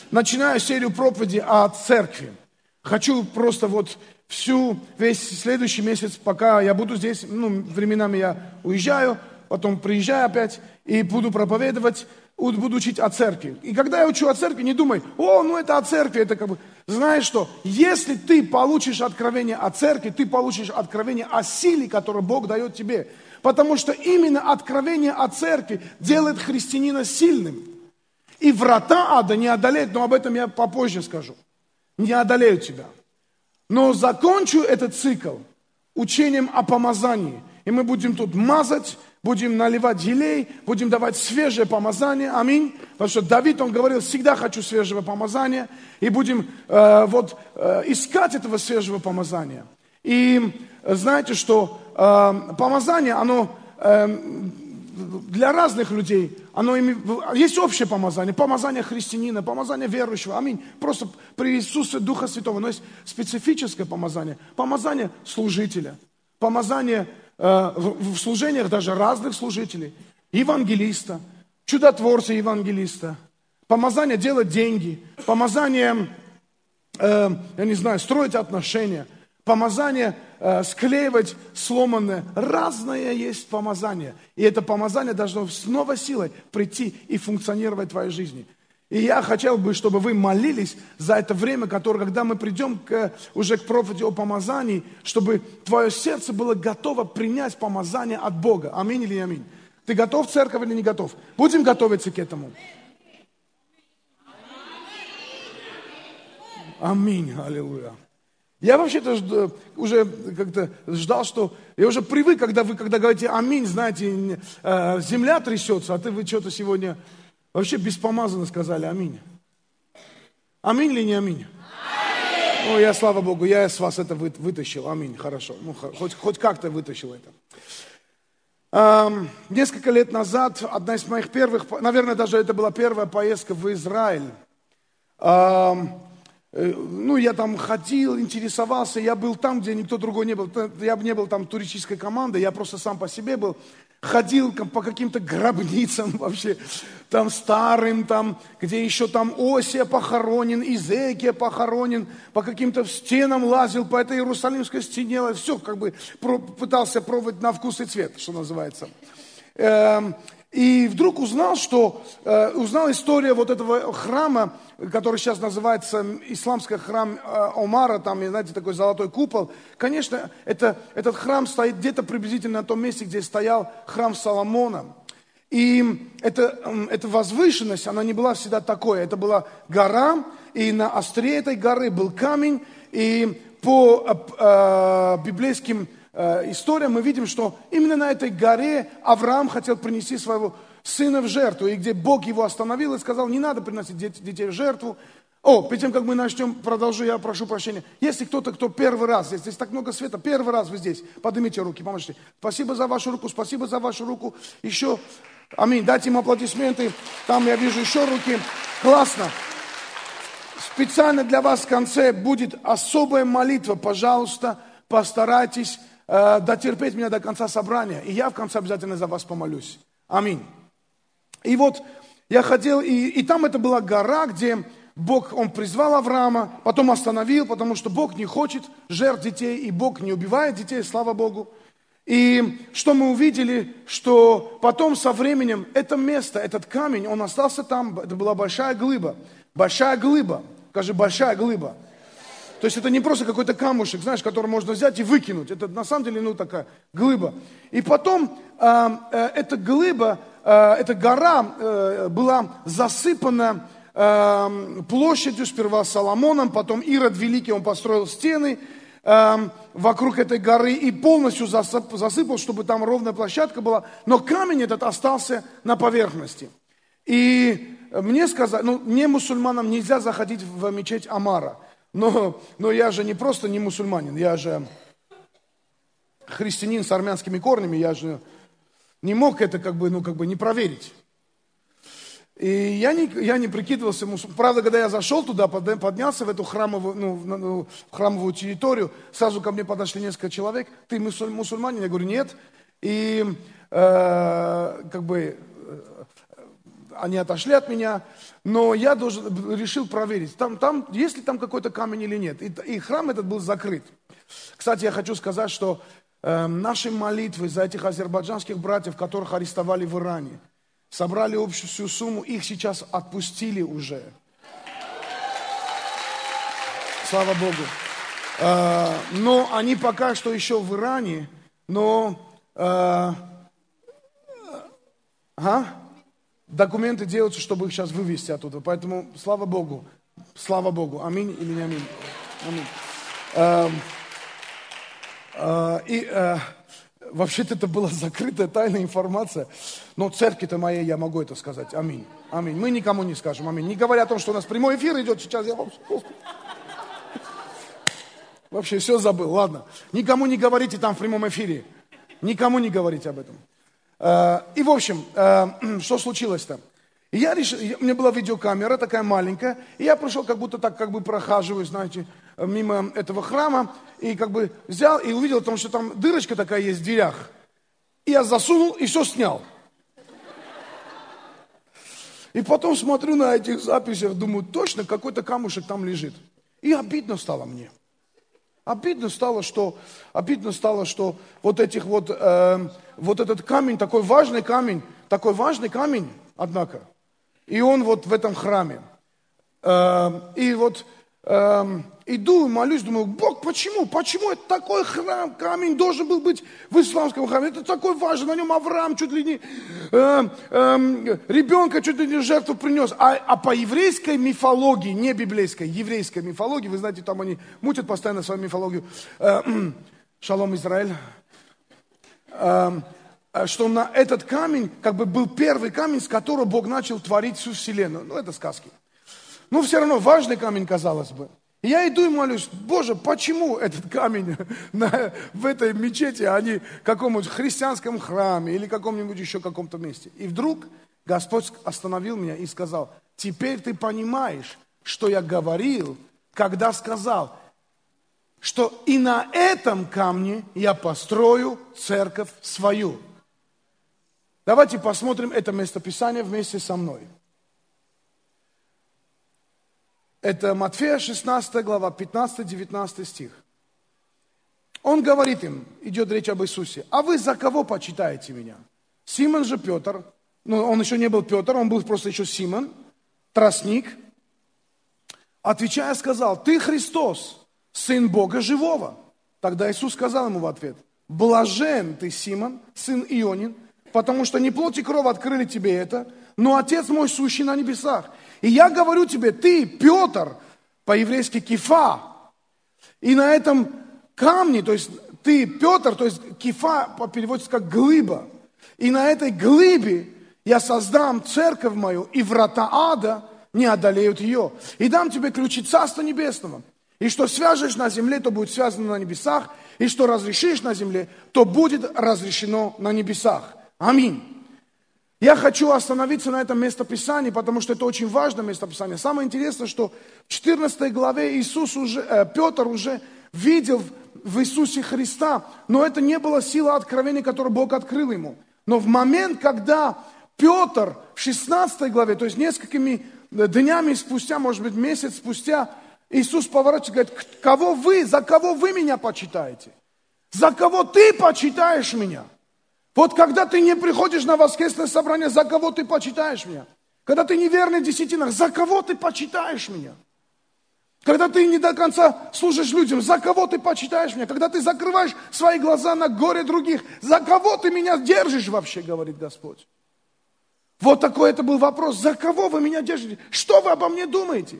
начинаю серию проповедей о церкви. Хочу просто весь следующий месяц, пока я буду здесь, временами я уезжаю, потом приезжаю опять и буду проповедовать, буду учить о церкви. И когда я учу о церкви, не думай, это о церкви, это как бы... Знаешь что, если ты получишь откровение о церкви, ты получишь откровение о силе, которую Бог дает тебе. Потому что именно откровение о церкви делает христианина сильным. И врата ада не одолеют, но об этом я попозже скажу. Не одолеют тебя. Но закончу этот цикл учением о помазании. И мы будем тут мазать, будем наливать елей, будем давать свежее помазание. Аминь. Потому что Давид, он говорил, всегда хочу свежего помазания. И будем искать этого свежего помазания. И знаете, что помазание, оно для разных людей, есть общее помазание христианина, помазание верующего, аминь, просто при присутствии Духа Святого, но есть специфическое помазание служителя, помазание в служениях даже разных служителей, евангелиста, чудотворца евангелиста, помазание делать деньги, помазание, строить отношения, помазание склеивать сломанное. Разное есть помазание. И это помазание должно с новой силой прийти и функционировать в твоей жизни. И я хотел бы, чтобы вы молились за это время, когда мы придем уже к проповеди о помазании, чтобы твое сердце было готово принять помазание от Бога. Аминь или не аминь? Ты готов, церковь, или не готов? Будем готовиться к этому. Аминь. Аллилуйя. Я вообще-то уже как-то ждал, что... Я уже привык, когда вы говорите «Аминь», знаете, земля трясется, а вы что-то сегодня вообще беспомазанно сказали «Аминь». Аминь или не аминь? Аминь! Я, слава Богу, я с вас это вытащил. Аминь, хорошо. Хоть как-то вытащил это. Несколько лет назад, одна из моих первых, наверное, даже это была первая поездка в Израиль. Я там ходил, интересовался, я был там, где никто другой не был. Я не был там туристической командой, я просто сам по себе был. Ходил по каким-то гробницам вообще, там старым, там, где еще там Осия похоронен, Изекия похоронен, по каким-то стенам лазил, по этой Иерусалимской стене, все как бы пытался пробовать на вкус и цвет, что называется. И вдруг узнал историю вот этого храма, который сейчас называется исламский храм Омара, там, знаете, такой золотой купол. Конечно, этот храм стоит где-то приблизительно на том месте, где стоял храм Соломона. И эта возвышенность, она не была всегда такой. Это была гора, и на остре этой горы был камень, и по библейским история, мы видим, что именно на этой горе Авраам хотел принести своего сына в жертву, и где Бог его остановил и сказал, не надо приносить детей в жертву. Перед тем, как мы начнем, продолжу, я прошу прощения. Если кто-то, кто первый раз, здесь так много света, первый раз вы здесь, поднимите руки, поможете. Спасибо за вашу руку, спасибо за вашу руку. Еще, аминь, дайте им аплодисменты. Там я вижу еще руки. Классно. Специально для вас в конце будет особая молитва. Пожалуйста, постарайтесь дотерпеть меня до конца собрания, и я в конце обязательно за вас помолюсь. Аминь. И вот я ходил, и там это была гора, где Бог, Он призвал Авраама, потом остановил, потому что Бог не хочет жертв детей, и Бог не убивает детей, слава Богу. И что мы увидели, что потом со временем это место, этот камень, он остался там, это была большая глыба, скажи, большая глыба. То есть это не просто какой-то камушек, знаешь, который можно взять и выкинуть. Это на самом деле, такая глыба. И потом эта глыба, эта гора была засыпана площадью, сперва Соломоном, потом Ирод Великий, он построил стены вокруг этой горы и полностью засыпал, чтобы там ровная площадка была. Но камень этот остался на поверхности. И мне сказали, мне, мусульманам, нельзя заходить в мечеть Омара. Но я же не просто не мусульманин, я же христианин с армянскими корнями, я же не мог это не проверить. И я не прикидывался мусульманином. Правда, когда я зашел туда, поднялся в эту храмовую территорию, сразу ко мне подошли несколько человек. Ты мусульманин? Я говорю, нет. И они отошли от меня, но я решил проверить, есть ли там какой-то камень или нет. И храм этот был закрыт. Кстати, я хочу сказать, что наши молитвы за этих азербайджанских братьев, которых арестовали в Иране, собрали общую сумму, их сейчас отпустили уже. Слава Богу. Но они пока что еще в Иране, но документы делаются, чтобы их сейчас вывести оттуда. Поэтому слава Богу. Слава Богу. Аминь или не аминь. Аминь. Вообще-то это была закрытая тайная информация, но церкви-то моей я могу это сказать. Аминь. Аминь. Мы никому не скажем. Аминь. Не говоря о том, что у нас прямой эфир идет сейчас. Вообще все забыл. Ладно. Никому не говорите там в прямом эфире. Никому не говорите об этом. И в общем, что случилось-то? Я решил, у меня была видеокамера такая маленькая, и я пришел, как будто так, прохаживаюсь, знаете, мимо этого храма, и взял и увидел, потому что там дырочка такая есть в дверях. И я засунул и все снял. И потом смотрю на этих записях, думаю, точно какой-то камушек там лежит. И обидно стало мне. Обидно стало, что вот этот камень, такой важный камень, однако, и он вот в этом храме. Иду, молюсь, думаю, Бог, почему это такой храм, камень должен был быть в исламском храме? Это такой важный, на нем Авраам чуть ли не, ребенка чуть ли не жертву принес. А по еврейской мифологии, не библейской, еврейской мифологии, вы знаете, там они мутят постоянно свою мифологию, шалом Израиль, что на этот камень, был первый камень, с которого Бог начал творить всю вселенную. Ну, это сказки. Но все равно важный камень, казалось бы. И я иду и молюсь, Боже, почему этот камень в этой мечети, а не в каком-нибудь христианском храме или каком-нибудь еще каком-то месте? И вдруг Господь остановил меня и сказал, теперь ты понимаешь, что я говорил, когда сказал, что и на этом камне я построю церковь свою. Давайте посмотрим это местописание вместе со мной. Это Матфея 16 глава, 15-19 стих. Он говорит им, идет речь об Иисусе, а вы за кого почитаете меня? Симон же Петр, он еще не был Петр, он был просто еще Симон, тростник, отвечая, сказал, ты Христос, Сын Бога Живого. Тогда Иисус сказал ему в ответ, блажен ты, Симон, сын Ионин, потому что не плоть и кровь открыли тебе это, но Отец мой сущий на небесах. И я говорю тебе, ты, Петр, по-еврейски кифа, и на этом камне, то есть ты, Петр, то есть кифа переводится как глыба, и на этой глыбе я создам церковь мою, и врата ада не одолеют ее. И дам тебе ключи Царства Небесного. И что свяжешь на земле, то будет связано на небесах, и что разрешишь на земле, то будет разрешено на небесах. Аминь. Я хочу остановиться на этом местописании, потому что это очень важное местописание. Самое интересное, что в 14 главе Петр уже видел в Иисусе Христа, но это не была сила откровения, которую Бог открыл ему. Но в момент, когда Петр в 16 главе, то есть несколькими днями спустя, может быть месяц спустя, Иисус поворачивается и говорит, за кого вы меня почитаете? За кого ты почитаешь меня? Вот когда ты не приходишь на воскресное собрание, за кого ты почитаешь меня? Когда ты неверный в десятинах, за кого ты почитаешь меня? Когда ты не до конца служишь людям, за кого ты почитаешь меня? Когда ты закрываешь свои глаза на горе других, за кого ты меня держишь вообще, говорит Господь. Вот такой это был вопрос, за кого вы меня держите? Что вы обо мне думаете?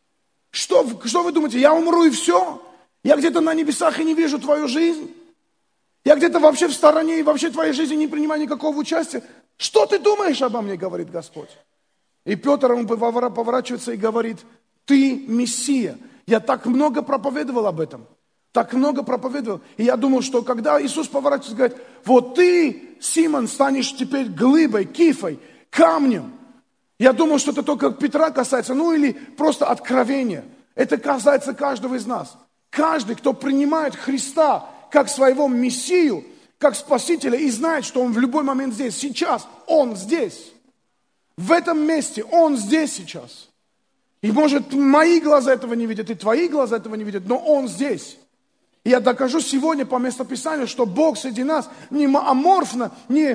Что вы думаете, я умру и все? Я где-то на небесах и не вижу твою жизнь? Я где-то вообще в стороне и вообще в твоей жизни не принимаю никакого участия. Что ты думаешь обо мне, говорит Господь. И Петр, он поворачивается и говорит, ты Мессия. Я так много проповедовал об этом. Так много проповедовал. И я думал, что когда Иисус поворачивается и говорит, вот ты, Симон, станешь теперь глыбой, кифой, камнем. Я думал, что это только Петра касается, или просто откровение. Это касается каждого из нас. Каждый, кто принимает Христа как своего Мессию, как Спасителя, и знает, что Он в любой момент здесь, сейчас Он здесь. в этом месте, Он здесь сейчас. И может, мои глаза этого не видят, и твои глаза этого не видят, но Он здесь. И я докажу сегодня по местописанию, что Бог среди нас не аморфно, не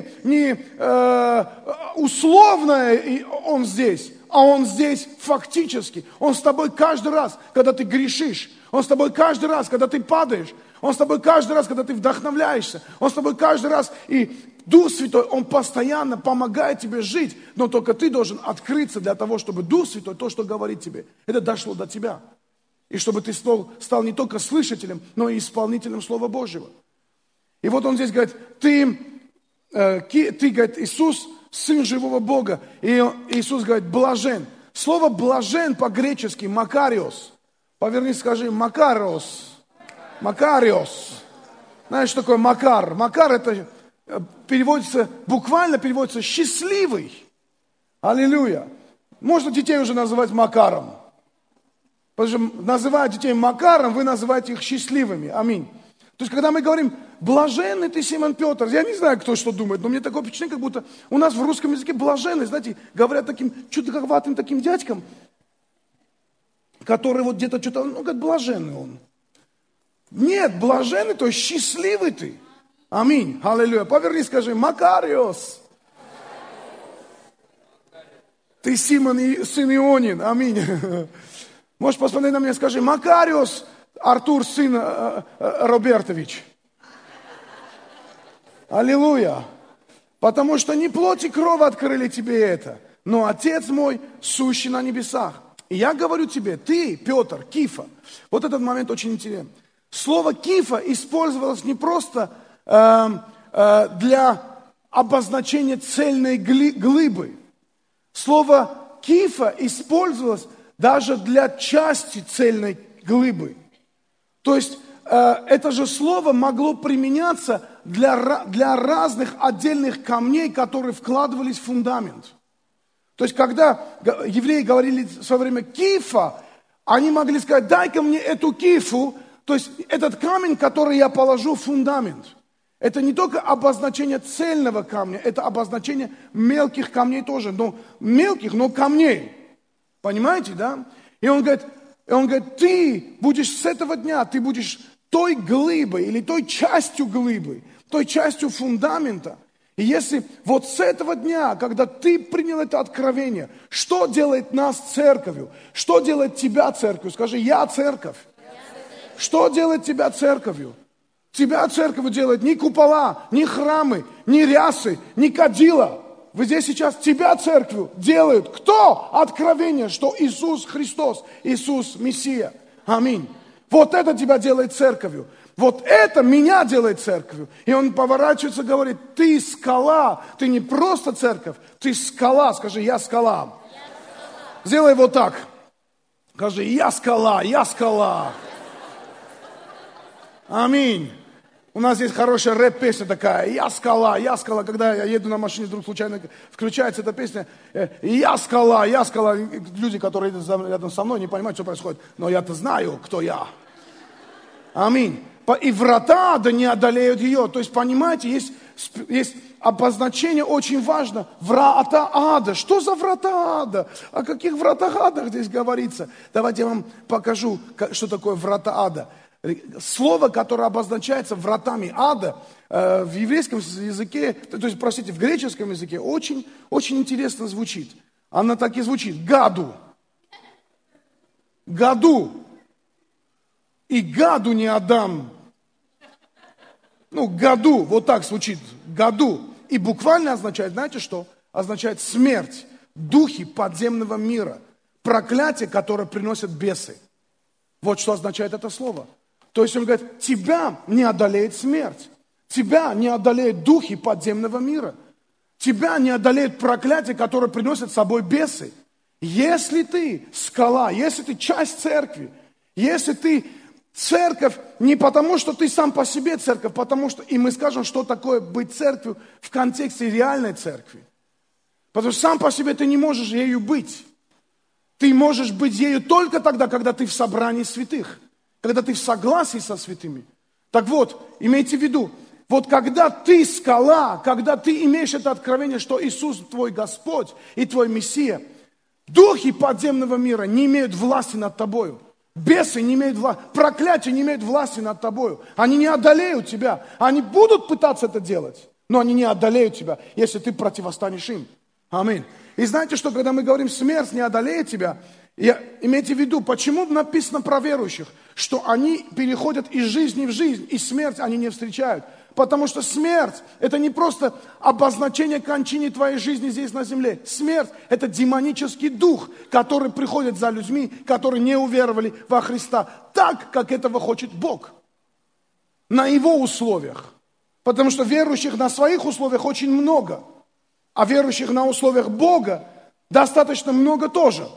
условно Он здесь, а Он здесь фактически. Он с тобой каждый раз, когда ты грешишь. Он с тобой каждый раз, когда ты падаешь. Он с тобой каждый раз, когда ты вдохновляешься. Он с тобой каждый раз. И Дух Святой, Он постоянно помогает тебе жить. Но только ты должен открыться для того, чтобы Дух Святой, то, что говорит тебе, это дошло до тебя. И чтобы ты стал не только слышателем, но и исполнителем Слова Божьего. И вот Он здесь говорит, ты говорит, Иисус, Сын живого Бога. И Иисус говорит, блажен. Слово блажен по-гречески макариос. Повернись, скажи макариос. Макариос. Знаешь, что такое макар? Макар это переводится, буквально переводится счастливый. Аллилуйя. Можно детей уже называть Макаром. Потому что называя детей Макаром, вы называете их счастливыми. Аминь. То есть, когда мы говорим, блаженный ты, Симон Петр, я не знаю, кто что думает, но мне такое впечатление, как будто у нас в русском языке блаженный, знаете, говорят таким чудаковатым таким дядькам, который вот где-то что-то, ну, как блаженный он. Нет, блаженный, то есть счастливый ты. Аминь. Аллилуйя. Поверни, скажи, Макариос. Ты Симон, сын Ионин. Аминь. Можешь посмотреть на меня, скажи, Макариос, Артур, сын Робертович. Аллилуйя. Потому что не плоть и кровь открыли тебе это, но Отец мой, сущий на небесах. И я говорю тебе, ты, Петр, Кифа. Вот этот момент очень интересен. Слово Кифа использовалось не просто для обозначения цельной глыбы. Слово Кифа использовалось даже для части цельной глыбы. То есть это же слово могло применяться для разных отдельных камней, которые вкладывались в фундамент. То есть когда евреи говорили в свое время кифа, они могли сказать, дай-ка мне эту кифу, то есть этот камень, который я положу в фундамент. Это не только обозначение цельного камня, это обозначение мелких камней тоже. Но мелких, но камней. Понимаете, да? И он говорит, ты будешь с этого дня, ты будешь той глыбой или той частью глыбы, той частью фундамента. И если вот с этого дня, когда ты принял это откровение, что делает нас церковью? Что делает тебя церковью? Скажи, я церковь. Что делает тебя церковью? Тебя церковью делает не купола, не храмы, не рясы, не кадила. Вы здесь сейчас тебя церковью делают. Кто? Откровение, что Иисус Христос, Иисус Мессия. Аминь. Вот это тебя делает церковью. Вот это меня делает церковью. И он поворачивается и говорит, ты скала, ты не просто церковь, ты скала. Скажи, я скала. Сделай вот так. Скажи, я скала, я скала. Аминь. У нас есть хорошая рэп-песня такая, я скала, я скала. Когда я еду на машине, вдруг случайно включается эта песня, я скала, я скала. Люди, которые едут рядом со мной, не понимают, что происходит. Но я-то знаю, кто я. Аминь. И врата ада не одолеют ее. То есть, понимаете, есть обозначение очень важно. Врата ада. Что за врата ада? О каких вратах ада здесь говорится? Давайте я вам покажу, что такое врата ада. Слово, которое обозначается вратами ада, в еврейском языке, то есть, простите, в греческом языке очень, очень интересно звучит. Она так и звучит. Гаду. Гаду. И гаду не отдам. Гаду, вот так звучит. Гаду. И буквально означает, знаете что? Означает смерть, духи подземного мира, проклятие, которое приносят бесы. Вот что означает это слово. То есть он говорит, тебя не одолеет смерть. Тебя не одолеют духи подземного мира. Тебя не одолеет проклятие, которое приносят с собой бесы. Если ты скала, если ты часть церкви, если ты церковь не потому, что ты сам по себе церковь, потому что, и мы скажем, что такое быть церковью в контексте реальной церкви. Потому что сам по себе ты не можешь ею быть. Ты можешь быть ею только тогда, когда ты в собрании святых. Когда ты в согласии со святыми. Так вот, имейте в виду, Вот когда ты скала, когда ты имеешь это откровение, что Иисус твой Господь и твой Мессия, духи подземного мира не имеют власти над тобою. Бесы не имеют власти, проклятия не имеют власти над тобою. Они не одолеют тебя. Они будут пытаться это делать, но они не одолеют тебя, если ты противостанешь им. Аминь. И знаете, что когда мы говорим, смерть не одолеет тебя, имейте в виду, почему написано про верующих, что они переходят из жизни в жизнь, и смерть они не встречают. Потому что смерть – это не просто обозначение кончины твоей жизни здесь на земле. Смерть – это демонический дух, который приходит за людьми, которые не уверовали во Христа, так, как этого хочет Бог. На Его условиях. Потому что верующих на своих условиях очень много, а верующих на условиях Бога достаточно много тоже.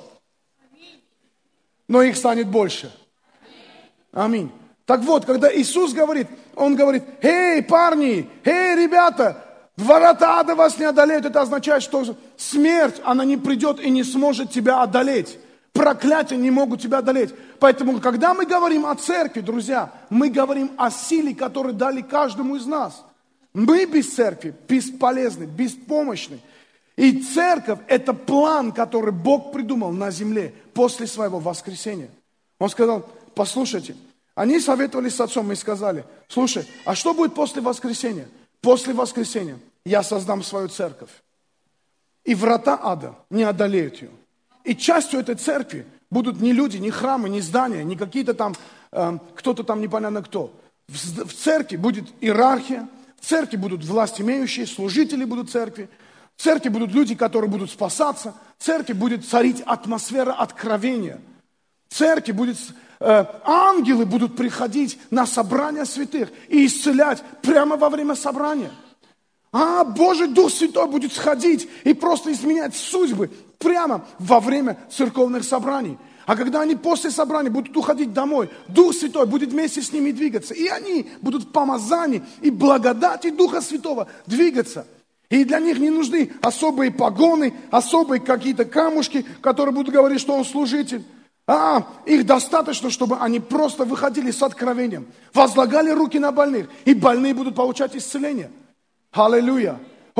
Но их станет больше. Аминь. Так вот, когда Иисус говорит, Он говорит: «Эй, парни, эй, ребята, ворота ада вас не одолеют». Это означает, что смерть, она не придет и не сможет тебя одолеть. Проклятия не могут тебя одолеть. Поэтому, когда мы говорим о церкви, друзья, мы говорим о силе, которую дали каждому из нас. Мы без церкви бесполезны, беспомощны. И церковь – это план, который Бог придумал на земле после своего воскресения. Он сказал: послушайте, они советовались с отцом и сказали: слушай, а что будет после воскресения? После воскресения я создам свою церковь. И врата ада не одолеют ее. И частью этой церкви будут не люди, не храмы, не здания, не какие-то там, кто-то там непонятно кто. В церкви будет иерархия, в церкви будут власть имеющие, служители будут в церкви, в церкви будут люди, которые будут спасаться, в церкви будет царить атмосфера откровения. В церкви будет... ангелы будут приходить на собрание святых и исцелять прямо во время собрания. А Божий Дух Святой будет сходить и просто изменять судьбы прямо во время церковных собраний. А когда они после собрания будут уходить домой, Дух Святой будет вместе с ними двигаться. И они будут в помазании и благодати Духа Святого двигаться. И для них не нужны особые погоны, особые какие-то камушки, которые будут говорить, что он служитель. Их достаточно, чтобы они просто выходили с откровением, возлагали руки на больных, и больные будут получать исцеление. Аллилуйя.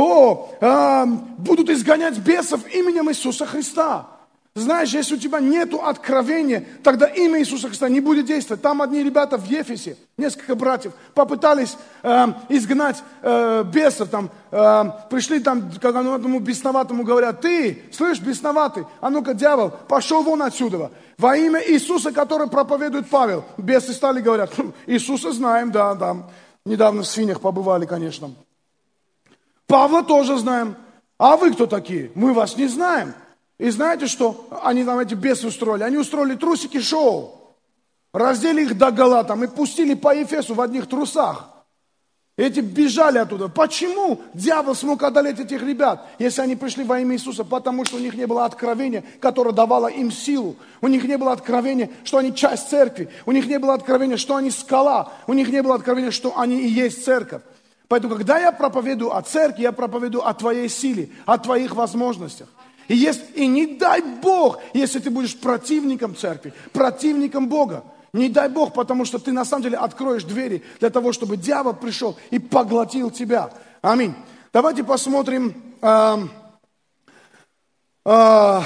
Будут изгонять бесов именем Иисуса Христа. Знаешь, если у тебя нет откровения, тогда имя Иисуса Христа не будет действовать. Там одни ребята в Ефесе, несколько братьев, попытались изгнать бесов. Пришли там к одному бесноватому, говорят: ты, слышь, бесноватый, а ну-ка, дьявол, пошел вон отсюда. Во имя Иисуса, который проповедует Павел. Бесы стали говорят: Иисуса знаем, да, недавно в свиньях побывали, конечно. Павла тоже знаем. А вы кто такие? Мы вас не знаем. И знаете, что они там, эти бесы, устроили? Они устроили трусики-шоу. Раздели их догола там и пустили по Ефесу в одних трусах. Эти бежали оттуда. Почему дьявол смог одолеть этих ребят, если они пришли во имя Иисуса? Потому что у них не было откровения, которое давало им силу. У них не было откровения, что они часть церкви. У них не было откровения, что они скала. У них не было откровения, что они и есть церковь. Поэтому, когда я проповедую о церкви, я проповедую о твоей силе, о твоих возможностях. И не дай Бог, если ты будешь противником церкви, противником Бога. Не дай Бог, потому что ты на самом деле откроешь двери для того, чтобы дьявол пришел и поглотил тебя. Аминь. Давайте посмотрим. Я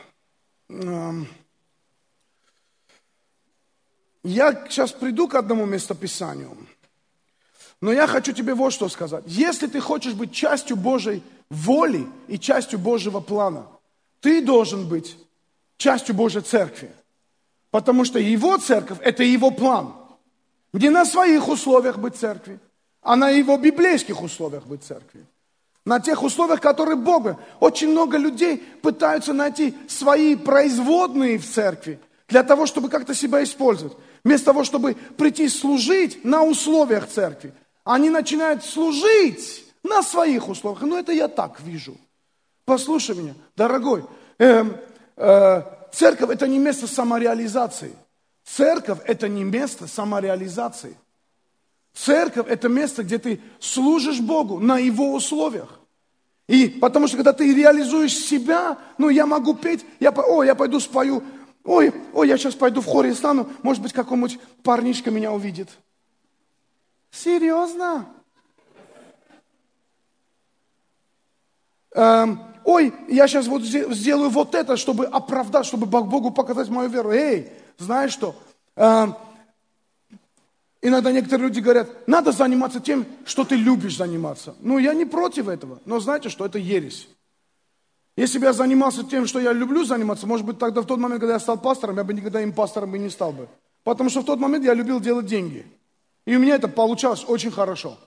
сейчас приду к одному местописанию. Но я хочу тебе вот что сказать. Если ты хочешь быть частью Божьей воли и частью Божьего плана, ты должен быть частью Божьей церкви. Потому что Его церковь – это Его план. Не на своих условиях быть церкви, а на Его библейских условиях быть церкви. На тех условиях, которые Бога. Очень много людей пытаются найти свои производные в церкви для того, чтобы как-то себя использовать. Вместо того, чтобы прийти служить на условиях церкви, они начинают служить на своих условиях. Но это я так вижу. Послушай меня, дорогой. Церковь – это не место самореализации. Церковь – это не место самореализации. Церковь – это место, где ты служишь Богу на Его условиях. И потому что, когда ты реализуешь себя, я могу петь, я пойду спою, я сейчас пойду в хоре стану, может быть, какой-нибудь парнишка меня увидит. Серьезно? ой, я сейчас вот сделаю вот это, чтобы оправдать, чтобы Богу показать мою веру. Эй, знаешь что? Иногда некоторые люди говорят, надо заниматься тем, что ты любишь заниматься. Ну, я не против этого, но знаете, что это ересь. Если бы я занимался тем, что я люблю заниматься, может быть, тогда в тот момент, когда я стал пастором, я бы никогда им пастором и не стал бы. Потому что в тот момент я любил делать деньги. И у меня это получалось очень хорошо.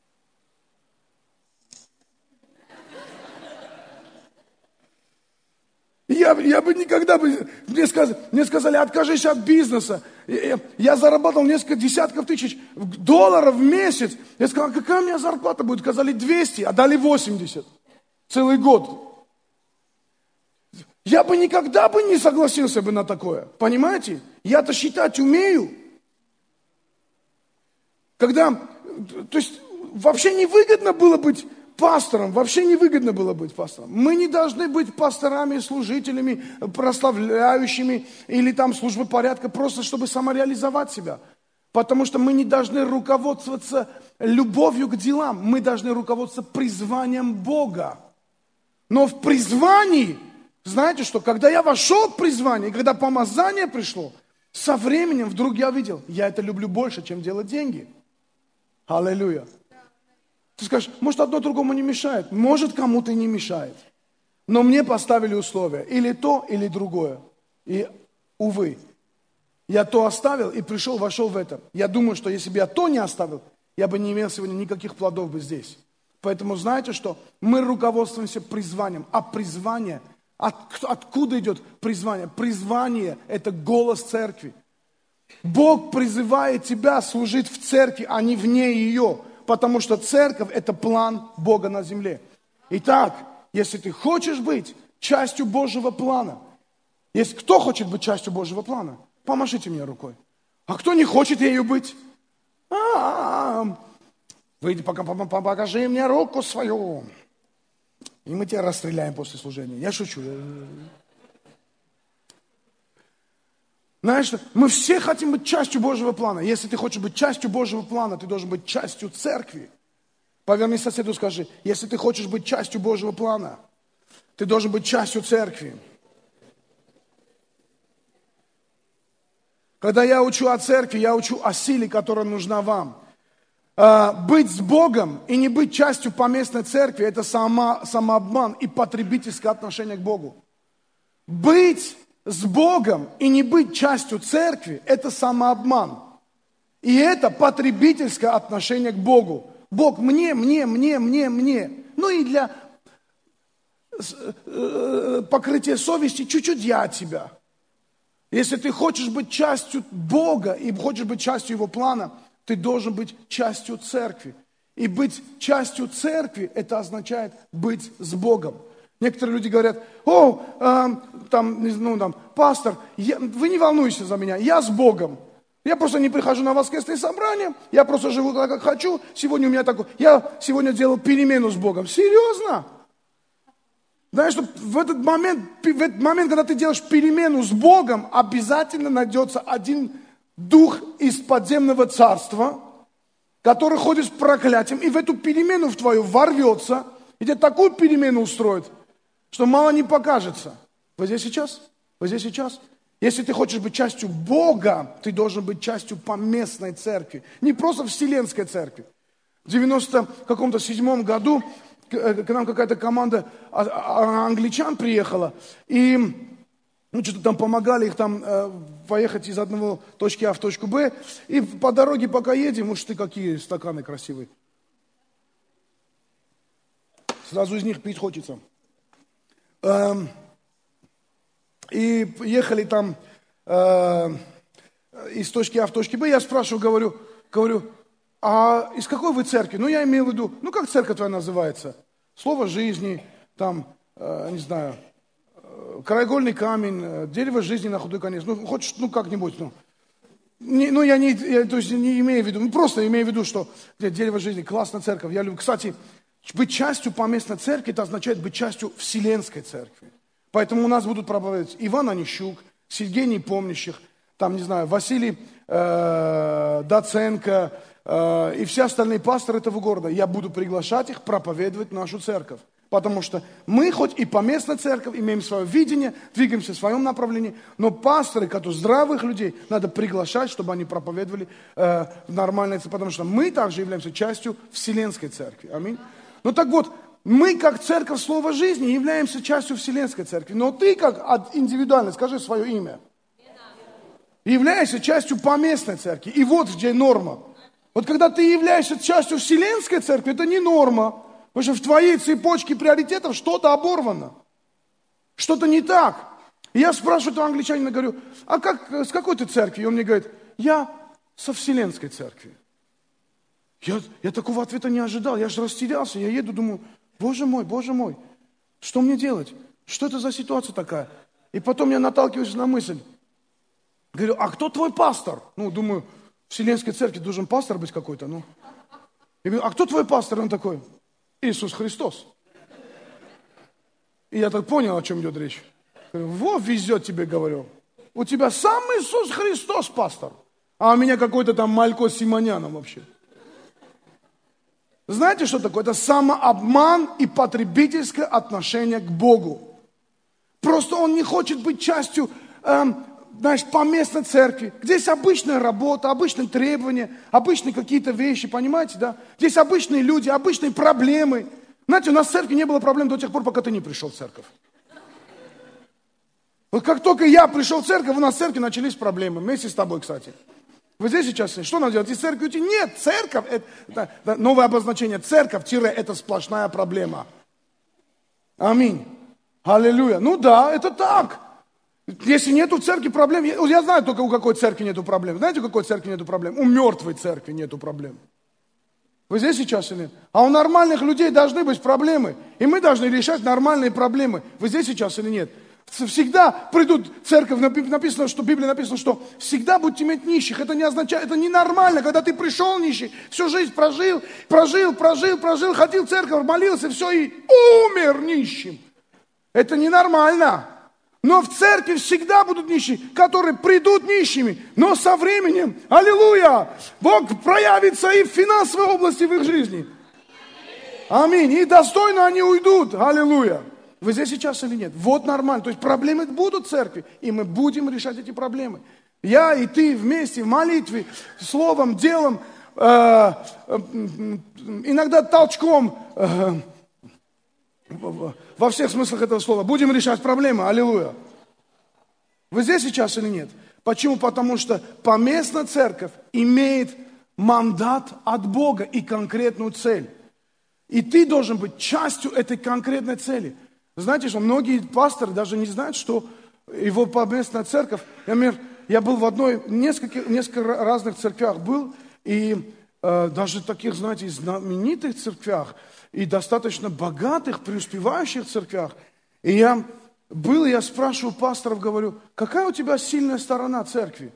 Я бы никогда бы... Мне сказали, откажись от бизнеса. Я зарабатывал несколько десятков тысяч долларов в месяц. Я сказал, какая у меня зарплата будет? Сказали 200, а дали 80. Целый год. Я бы никогда бы не согласился бы на такое. Понимаете? Я-то считать умею. То есть вообще невыгодно было быть пастором, вообще невыгодно было быть пастором. Мы не должны быть пасторами, служителями, прославляющими или там службой порядка, просто чтобы самореализовать себя. Потому что мы не должны руководствоваться любовью к делам, мы должны руководствоваться призванием Бога. Но в призвании, знаете что, когда я вошел в призвание, когда помазание пришло, со временем вдруг я видел, я это люблю больше, чем делать деньги. Аллилуйя. Ты скажешь, может, одно другому не мешает? Может, кому-то и не мешает. Но мне поставили условия. Или то, или другое. И, увы, я то оставил и пришел, вошел в это. Я думаю, что если бы я то не оставил, я бы не имел сегодня никаких плодов бы здесь. Поэтому знаете что? Мы руководствуемся призванием. А призвание, откуда идет призвание? Призвание – это голос церкви. Бог призывает тебя служить в церкви, а не вне ее. Потому что церковь – это план Бога на земле. Итак, если ты хочешь быть частью Божьего плана, если кто хочет быть частью Божьего плана, помашите мне рукой. А кто не хочет ею быть? Выйди, покажи мне руку свою. И мы тебя расстреляем после служения. Я шучу. Знаешь, мы все хотим быть частью Божьего плана. Если ты хочешь быть частью Божьего плана, ты должен быть частью церкви. Поверни соседу, скажи, если ты хочешь быть частью Божьего плана, ты должен быть частью церкви. Когда я учу о церкви, я учу о силе, которая нужна вам. Быть с Богом и не быть частью поместной церкви – это самообман и потребительское отношение к Богу. Быть с Богом и не быть частью церкви – это самообман. И это потребительское отношение к Богу. Бог мне. Ну и для покрытия совести чуть-чуть я от тебя. Если ты хочешь быть частью Бога и хочешь быть частью Его плана, ты должен быть частью церкви. И быть частью церкви – это означает быть с Богом. Некоторые люди говорят, пастор, вы не волнуйтесь за меня, я с Богом. Я просто не прихожу на воскресные собрания, я просто живу так, как хочу. Сегодня у меня такое, я сегодня делал перемену с Богом. Серьезно? Знаешь, что в этот момент, когда ты делаешь перемену с Богом, обязательно найдется один дух из подземного царства, который ходит с проклятием, и в эту перемену в твою ворвется, и тебе такую перемену устроит, что мало не покажется. Вы здесь сейчас? Вы здесь сейчас? Если ты хочешь быть частью Бога, ты должен быть частью поместной церкви. Не просто вселенской церкви. В 97 году к нам какая-то команда англичан приехала, и что-то там помогали их там поехать из одного точки А в точку Б. И по дороге, пока едем, уж ты какие стаканы красивые. Сразу из них пить хочется. И ехали там из точки А в точке Б. Я спрашиваю, говорю, а из какой вы церкви? Ну, я имею в виду, как церковь твоя называется? Слово жизни, там, не знаю, краеугольный камень, дерево жизни на худой конец. Ну, хочешь, как-нибудь, я не имею в виду, просто имею в виду, что дерево жизни, классная церковь. Я люблю, кстати, быть частью поместной церкви, это означает быть частью вселенской церкви. Поэтому у нас будут проповедовать Иван Онищук, Сергей Непомнящих, там, не знаю, Василий Доценко и все остальные пасторы этого города. Я буду приглашать их проповедовать нашу церковь. Потому что мы хоть и поместная церковь, имеем свое видение, двигаемся в своем направлении, но пасторы, которые здравых людей, надо приглашать, чтобы они проповедовали в нормальной церкви, потому что мы также являемся частью Вселенской церкви. Аминь. Ну так вот, мы как церковь Слова Жизни являемся частью Вселенской церкви, но ты как индивидуально, скажи свое имя, являешься частью поместной церкви. И вот где норма. Вот когда ты являешься частью Вселенской церкви, это не норма. Потому что в твоей цепочке приоритетов что-то оборвано. Что-то не так. И я спрашиваю этого англичанина, говорю, а с какой ты церкви? И он мне говорит, я со Вселенской церкви. Я такого ответа не ожидал. Я же растерялся. Я еду, думаю, боже мой, что мне делать? Что это за ситуация такая? И потом я наталкиваюсь на мысль. Говорю, а кто твой пастор? Ну, думаю, в Вселенской церкви должен пастор быть какой-то. Ну. Я говорю, а кто твой пастор? И он такой, Иисус Христос. И я так понял, о чем идет речь. Говорю, во, везет тебе, говорю. У тебя сам Иисус Христос, пастор. А у меня какой-то там Малько Симоняном вообще. Знаете, что такое? Это самообман и потребительское отношение к Богу. Просто он не хочет быть частью, поместной церкви. Здесь обычная работа, обычные требования, обычные какие-то вещи, понимаете, да? Здесь обычные люди, обычные проблемы. Знаете, у нас в церкви не было проблем до тех пор, пока ты не пришел в церковь. Вот как только я пришел в церковь, у нас в церкви начались проблемы. Вместе с тобой, кстати. Вы здесь сейчас? Что надо делать? Из церкви уйти? Нет, церковь, это новое обозначение. Церковь, это сплошная проблема. Аминь. Аллилуйя. Ну да, это так. Если нету в церкви проблем, я знаю только у какой церкви нету проблем. Знаете, у какой церкви нету проблем? У мертвой церкви нету проблем. Вы здесь сейчас или нет? А у нормальных людей должны быть проблемы. И мы должны решать нормальные проблемы. Вы здесь сейчас или нет? Всегда придут в церковь, написано, что в Библии написано, что всегда будете иметь нищих. Это не означает, это ненормально, когда ты пришел нищий, всю жизнь прожил, ходил в церковь, молился, все, и умер нищим. Это ненормально. Но в церкви всегда будут нищие, которые придут нищими. Но со временем, аллилуйя, Бог проявится и в финансовой области в их жизни. Аминь. И достойно они уйдут. Аллилуйя. Вы здесь сейчас или нет? Вот нормально. То есть проблемы будут в церкви, и мы будем решать эти проблемы. Я и ты вместе в молитве, словом, делом, иногда толчком, во всех смыслах этого слова. Будем решать проблемы. Аллилуйя. Вы здесь сейчас или нет? Почему? Потому что поместная церковь имеет мандат от Бога и конкретную цель. И ты должен быть частью этой конкретной цели. Знаете, что многие пасторы даже не знают, что его поместная церковь, я был в несколько разных церквях был, и даже таких, знаете, знаменитых церквях, и достаточно богатых, преуспевающих церквях. И я спрашиваю пасторов, говорю, какая у тебя сильная сторона церкви?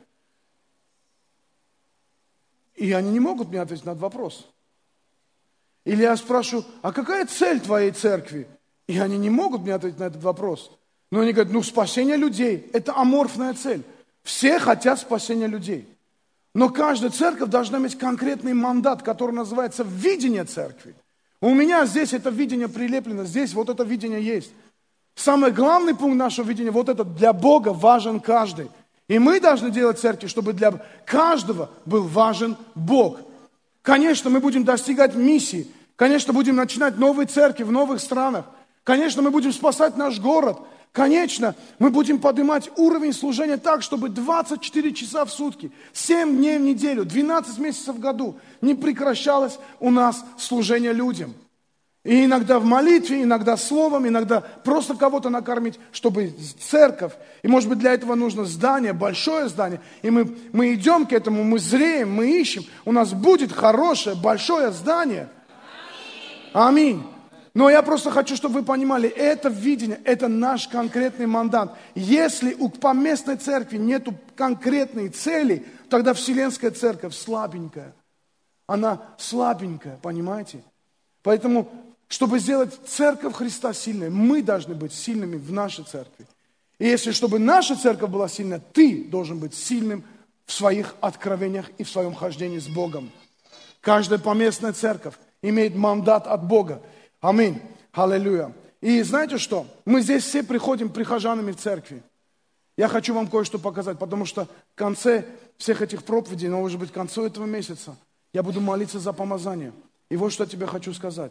И они не могут мне ответить на этот вопрос. Или я спрашиваю, а какая цель твоей церкви? И они не могут мне ответить на этот вопрос. Но они говорят, спасение людей. Это аморфная цель. Все хотят спасения людей. Но каждая церковь должна иметь конкретный мандат, который называется видение церкви. У меня здесь это видение прилеплено, здесь вот это видение есть. Самый главный пункт нашего видения, вот это для Бога важен каждый. И мы должны делать церкви, чтобы для каждого был важен Бог. Конечно, мы будем достигать миссии. Конечно, будем начинать новые церкви в новых странах. Конечно, мы будем спасать наш город. Конечно, мы будем поднимать уровень служения так, чтобы 24 часа в сутки, 7 дней в неделю, 12 месяцев в году не прекращалось у нас служение людям. И иногда в молитве, иногда словом, иногда просто кого-то накормить, чтобы церковь, и может быть для этого нужно здание, большое здание, и мы идем к этому, мы зреем, мы ищем, у нас будет хорошее, большое здание. Аминь. Но я просто хочу, чтобы вы понимали, это видение, это наш конкретный мандат. Если у поместной церкви нету конкретной цели, тогда Вселенская церковь слабенькая. Она слабенькая, понимаете? Поэтому, чтобы сделать церковь Христа сильной, мы должны быть сильными в нашей церкви. И если, чтобы наша церковь была сильной, ты должен быть сильным в своих откровениях и в своем хождении с Богом. Каждая поместная церковь имеет мандат от Бога. Аминь. Аллилуйя. И знаете что? Мы здесь все приходим прихожанами в церкви. Я хочу вам кое-что показать, потому что в конце всех этих проповедей, но может быть к концу этого месяца, я буду молиться за помазание. И вот что я тебе хочу сказать.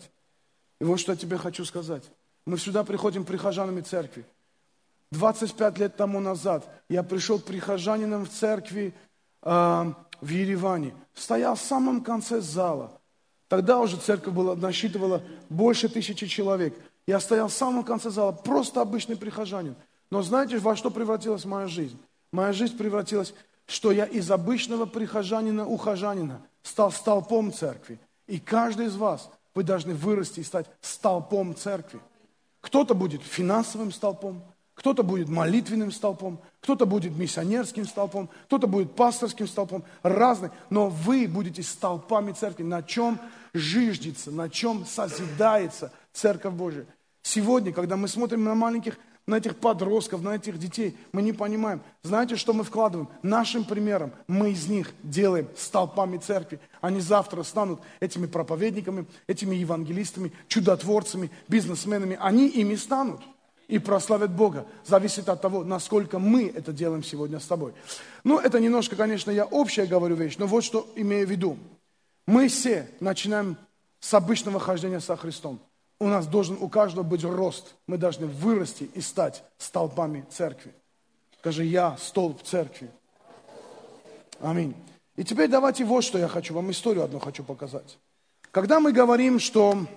Мы сюда приходим прихожанами церкви. 25 лет тому назад я пришел прихожанином в церкви в Ереване. Стоял в самом конце зала. Тогда уже церковь насчитывала больше 1000 человек. Я стоял в самом конце зала, просто обычный прихожанин. Но знаете, во что превратилась моя жизнь? Моя жизнь превратилась, что я из обычного прихожанина, ухожанина стал столпом церкви. И каждый из вас, вы должны вырасти и стать столпом церкви. Кто-то будет финансовым столпом, кто-то будет молитвенным столпом, кто-то будет миссионерским столпом, кто-то будет пасторским столпом, разные. Но вы будете столпами церкви, на чем жиждется, на чем созидается Церковь Божия. Сегодня, когда мы смотрим на маленьких, на этих подростков, на этих детей, мы не понимаем. Знаете, что мы вкладываем? Нашим примером мы из них делаем столпами церкви. Они завтра станут этими проповедниками, этими евангелистами, чудотворцами, бизнесменами. Они ими станут и прославят Бога. Зависит от того, насколько мы это делаем сегодня с тобой. Ну, это немножко, конечно, я общая говорю вещь, но вот что имею в виду. Мы все начинаем с обычного хождения со Христом. У нас должен у каждого быть рост. Мы должны вырасти и стать столпами церкви. Скажи, я столб церкви. Аминь. И теперь давайте вот что я хочу, вам историю одну хочу показать. Когда мы говорим церковь,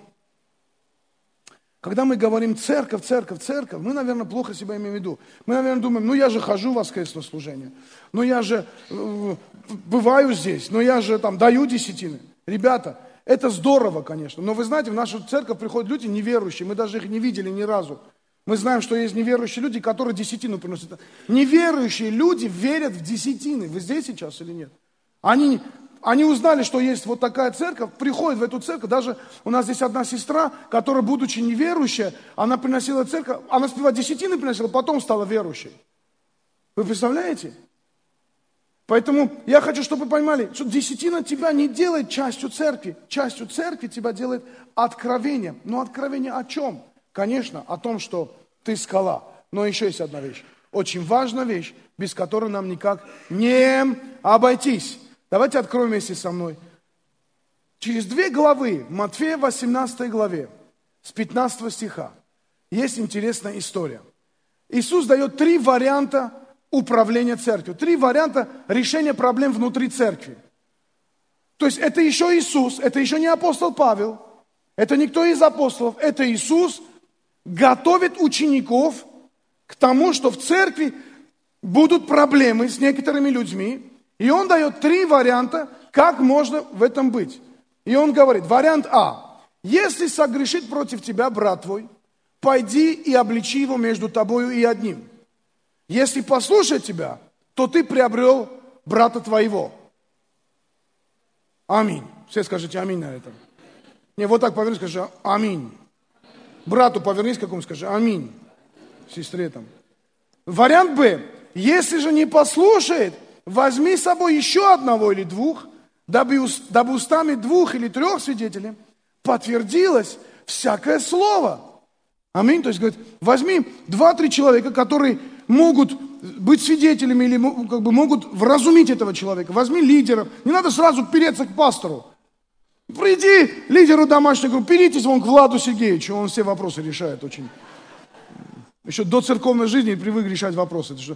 мы, наверное, плохо себя имеем в виду. Мы, наверное, думаем, я же хожу в воскресное служение, я же бываю здесь, я же там даю десятины. Ребята, это здорово, конечно, но вы знаете, в нашу церковь приходят люди неверующие, мы даже их не видели ни разу. Мы знаем, что есть неверующие люди, которые десятину приносят. Неверующие люди верят в десятины. Вы здесь сейчас или нет? Они узнали, что есть вот такая церковь, приходят в эту церковь. Даже у нас здесь одна сестра, которая, будучи неверующая, она приносила церковь, она сперва десятины приносила, потом стала верующей. Вы представляете? Поэтому я хочу, чтобы вы понимали, что десятина тебя не делает частью церкви. Частью церкви тебя делает откровение. Но откровение о чем? Конечно, о том, что ты скала. Но еще есть одна вещь. Очень важная вещь, без которой нам никак не обойтись. Давайте откроем вместе со мной. Через 2 главы, в Матфея 18 главе, с 15 стиха, есть интересная история. Иисус дает 3 варианта управления церковью, 3 варианта решения проблем внутри церкви. То есть это еще Иисус, это еще не апостол Павел, это никто из апостолов, это Иисус готовит учеников к тому, что в церкви будут проблемы с некоторыми людьми, и он дает 3 варианта, как можно в этом быть. И он говорит, вариант А. Если согрешит против тебя брат твой, пойди и обличи его между тобою и одним. Если послушает тебя, то ты приобрел брата твоего. Аминь. Все скажите аминь на этом. Не, вот так повернись, скажи аминь. Брату повернись какому, скажи аминь. Сестре там. Вариант Б. Если же не послушает, возьми с собой еще одного или 2, дабы устами 2 или 3 свидетелей подтвердилось всякое слово. Аминь. То есть, говорит, возьми 2-3 человека, которые могут быть свидетелями или могут вразумить этого человека. Возьми лидеров. Не надо сразу переться к пастору. Приди лидеру домашней группы, перитесь вон к Владу Сергеевичу, он все вопросы решает очень. Еще до церковной жизни привык решать вопросы. Это что?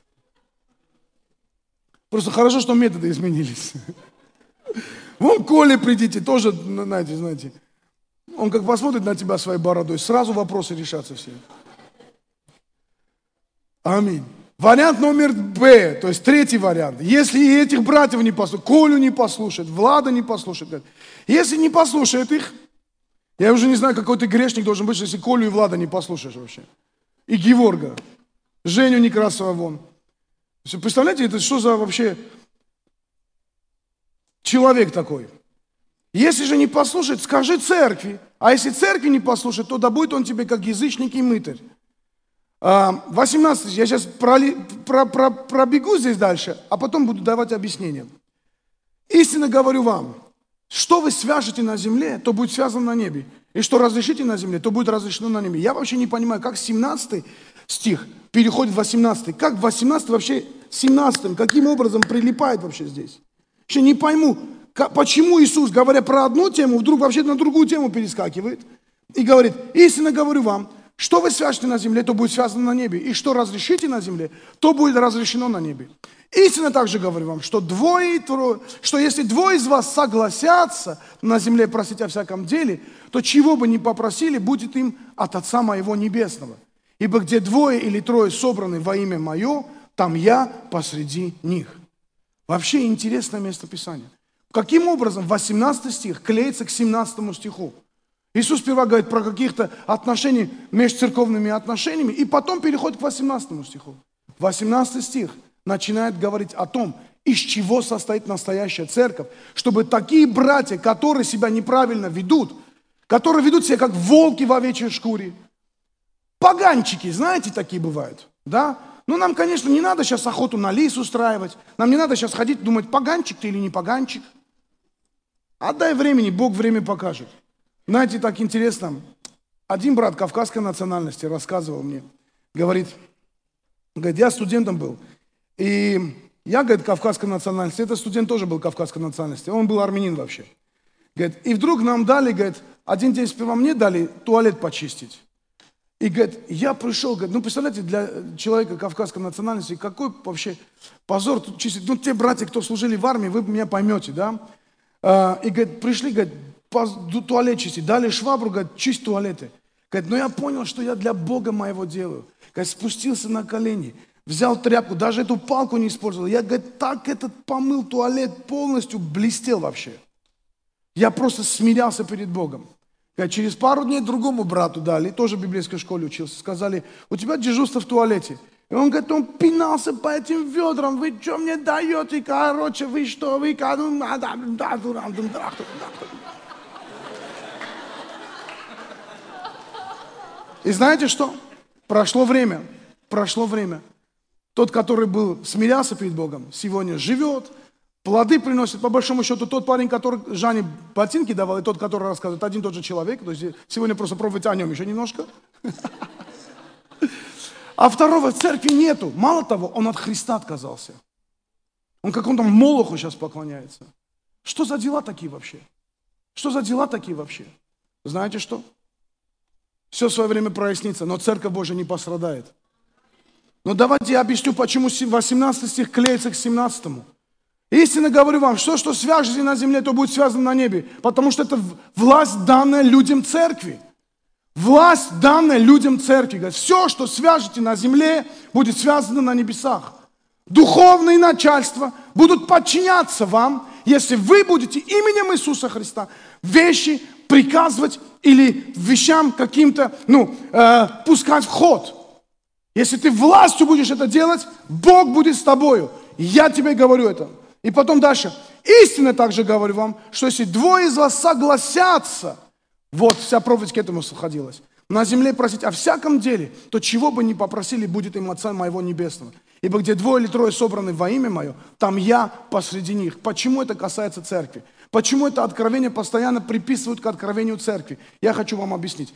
Просто хорошо, что методы изменились. Вон к Коле придите, тоже, знаете. Он как посмотрит на тебя своей бородой, сразу вопросы решатся все. Аминь. Вариант номер Б, то есть 3-й вариант. Если и этих братьев не послушает, Колю не послушает, Влада не послушает. Если не послушает их, я уже не знаю, какой ты грешник должен быть, если Колю и Влада не послушаешь вообще. И Геворга, Женю Некрасова вон. Представляете, это что за вообще человек такой? Если же не послушает, скажи церкви. А если церкви не послушает, то да будет он тебе как язычник и мытарь. 18, я сейчас пробегу здесь дальше, а потом буду давать объяснение. Истинно говорю вам, что вы свяжете на земле, то будет связано на небе. И что разрешите на земле, то будет разрешено на небе. Я вообще не понимаю, как 17 стих переходит в 18. Как 18 вообще 17, каким образом прилипает вообще здесь? Вообще не пойму, почему Иисус, говоря про одну тему, вдруг вообще на другую тему перескакивает и говорит: истинно говорю вам, что вы свяжете на земле, то будет связано на небе. И что разрешите на земле, то будет разрешено на небе. Истинно также говорю вам, что если двое из вас согласятся на земле просить о всяком деле, то чего бы ни попросили, будет им от Отца моего Небесного. Ибо где двое или трое собраны во имя мое, там я посреди них. Вообще интересное местописание. Каким образом 18 стих клеится к 17 стиху? Иисус сперва говорит про каких-то отношений, межцерковными отношениями, и потом переходит к 18 стиху. 18 стих начинает говорить о том, из чего состоит настоящая церковь, чтобы такие братья, которые себя неправильно ведут, которые ведут себя как волки в овечьей шкуре, поганчики, знаете, такие бывают, да? Ну, нам, конечно, не надо сейчас охоту на лис устраивать, нам не надо сейчас ходить думать, поганчик ты или не поганчик. Отдай времени, Бог время покажет. Знаете, так интересно, один брат кавказской национальности рассказывал мне, говорит, я студентом был, и я, говорит, кавказской национальности, этот студент тоже был кавказской национальности, он был армянин вообще. Говорит, и вдруг нам дали, говорит, один день сперва мне дали туалет почистить. И, говорит, я пришел, говорит, ну, представляете, для человека кавказской национальности, какой вообще позор тут чистить. Ну, те братья, кто служили в армии, вы меня поймете, да? И, говорит, пришли, говорит, туалет чистить, дали швабру, говорит, чисть туалеты. Говорит, но я понял, что я для Бога моего делаю. Говорит, спустился на колени, взял тряпку, даже эту палку не использовал. Я, говорит, так этот помыл туалет, полностью блестел вообще. Я просто смирялся перед Богом. Говорит, через пару дней другому брату дали, тоже в библейской школе учился, сказали, у тебя дежурство в туалете. И он говорит, он пинался по этим ведрам, вы что мне даете, короче, вы что, вы... И знаете что? Прошло время. Тот, который смирялся перед Богом, сегодня живет, плоды приносит. По большому счету, тот парень, который Жанне ботинки давал, и тот, который рассказывает, один и тот же человек. То есть сегодня просто пробуйте о нем еще немножко. А второго в церкви нету. Мало того, он от Христа отказался. Он какому-то молоху сейчас поклоняется. Что за дела такие вообще? Знаете что? Все в свое время прояснится, но Церковь Божия не пострадает. Но давайте я объясню, почему 18 стих клеится к 17. Истинно говорю вам, что свяжете на земле, то будет связано на небе. Потому что это власть, данная людям церкви. Власть, данная людям церкви. Говорит, все, что свяжете на земле, будет связано на небесах. Духовные начальства будут подчиняться вам, если вы будете именем Иисуса Христа вещи приказывать или вещам каким-то, пускать в ход. Если ты властью будешь это делать, Бог будет с тобою. Я тебе говорю это. И потом дальше. Истинно также говорю вам, что если двое из вас согласятся, вот вся проповедь к этому сходилась, на земле просить о всяком деле, то чего бы ни попросили, будет им Отца моего Небесного. Ибо где двое или трое собраны во имя мое, там я посреди них. Почему это касается церкви? Почему это откровение постоянно приписывают к откровению церкви? Я хочу вам объяснить.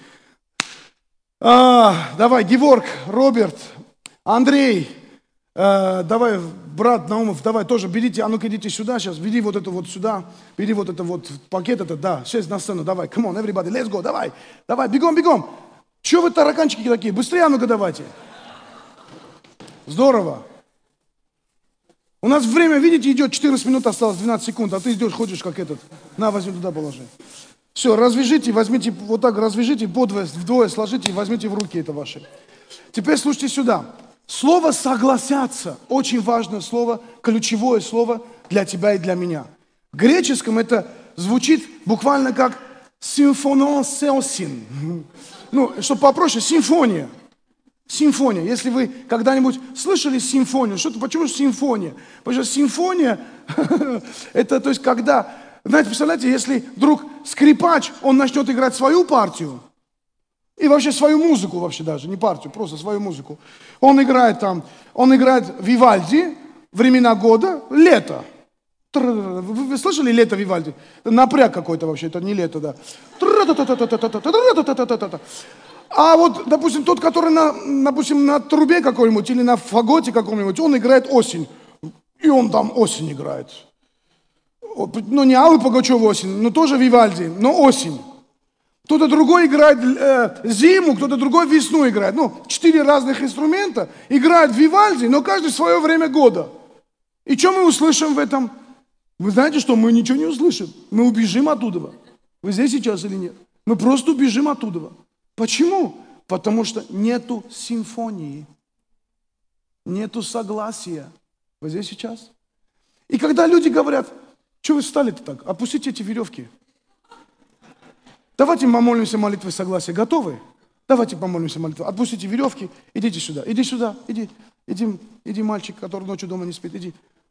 Давай, Геворг, Роберт, Андрей, давай, брат Наумов, давай тоже берите, а ну-ка идите сюда сейчас, веди вот это вот сюда, бери вот это вот пакет этот, да, сесть на сцену, давай, come on, everybody, let's go, давай, бегом. Чего вы тараканчики такие? Быстрее, а ну-ка давайте. Здорово. У нас время, видите, идет, 14 минут осталось, 12 секунд, а ты идешь, ходишь как этот. На, возьми туда, положи. Все, развяжите, возьмите, вот так развяжите, вдвое сложите и возьмите в руки это ваше. Теперь слушайте сюда. Слово «согласятся» – очень важное слово, ключевое слово для тебя и для меня. В греческом это звучит буквально как «симфоносеосин». Чтобы попроще, симфония. Симфония. Если вы когда-нибудь слышали симфонию, почему симфония? Потому что симфония – это, то есть, когда, знаете, представляете, если вдруг скрипач, он начнет играть свою партию, и вообще свою музыку вообще даже, не партию, просто свою музыку. Он играет Вивальди, времена года, лето. Вы слышали лето Вивальди? Напряг какой-то вообще, это не лето, да. А вот, допустим, тот, который на трубе какой-нибудь или на фаготе каком-нибудь, он играет осень. И он там осень играет. Ну, не Алла Пугачева осень, но тоже Вивальди, но осень. Кто-то другой играет зиму, кто-то другой весну играет. Ну, 4 разных инструмента играют Вивальди, но каждый в свое время года. И что мы услышим в этом? Вы знаете что? Мы ничего не услышим. Мы убежим оттуда. Вы здесь сейчас или нет? Мы просто убежим оттуда. Почему? Потому что нету симфонии. Нету согласия. Вы здесь сейчас? И когда люди говорят, что вы встали-то так? Опустите эти веревки. Давайте помолимся молитвой согласия. Готовы? Давайте помолимся молитвой. Отпустите веревки. Идите сюда. Иди сюда. Иди, мальчик, который ночью дома не спит. Иди.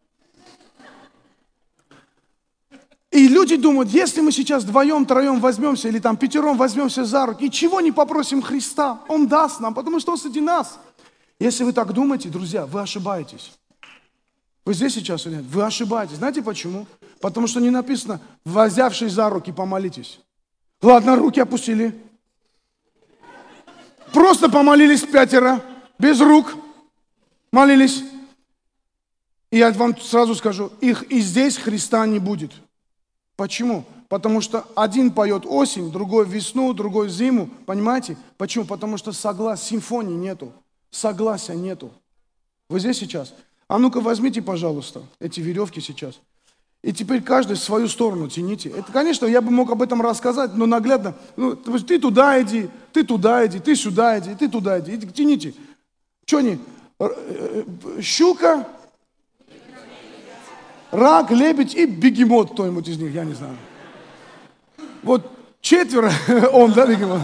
И люди думают, если мы сейчас вдвоем, троем возьмемся, или там 5 возьмемся за руки, и чего не попросим Христа, Он даст нам, потому что Он среди нас. Если вы так думаете, друзья, вы ошибаетесь. Вы здесь сейчас или нет? Вы ошибаетесь. Знаете почему? Потому что не написано, взявшись за руки, помолитесь. Ладно, руки опустили. Просто помолились 5, без рук. Молились. И я вам сразу скажу, их и здесь Христа не будет. Почему? Потому что один поет осень, другой весну, другой зиму. Понимаете? Почему? Потому что симфонии нету. Согласия нету. Вы здесь сейчас? А ну-ка возьмите, пожалуйста, эти веревки сейчас. И теперь каждый в свою сторону тяните. Это, конечно, я бы мог об этом рассказать, но наглядно. Ну, ты туда иди, ты сюда иди, ты туда иди. Тяните. Что они? Щука, рак, лебедь и бегемот кто-нибудь из них, я не знаю. Вот 4, он, да, бегемот?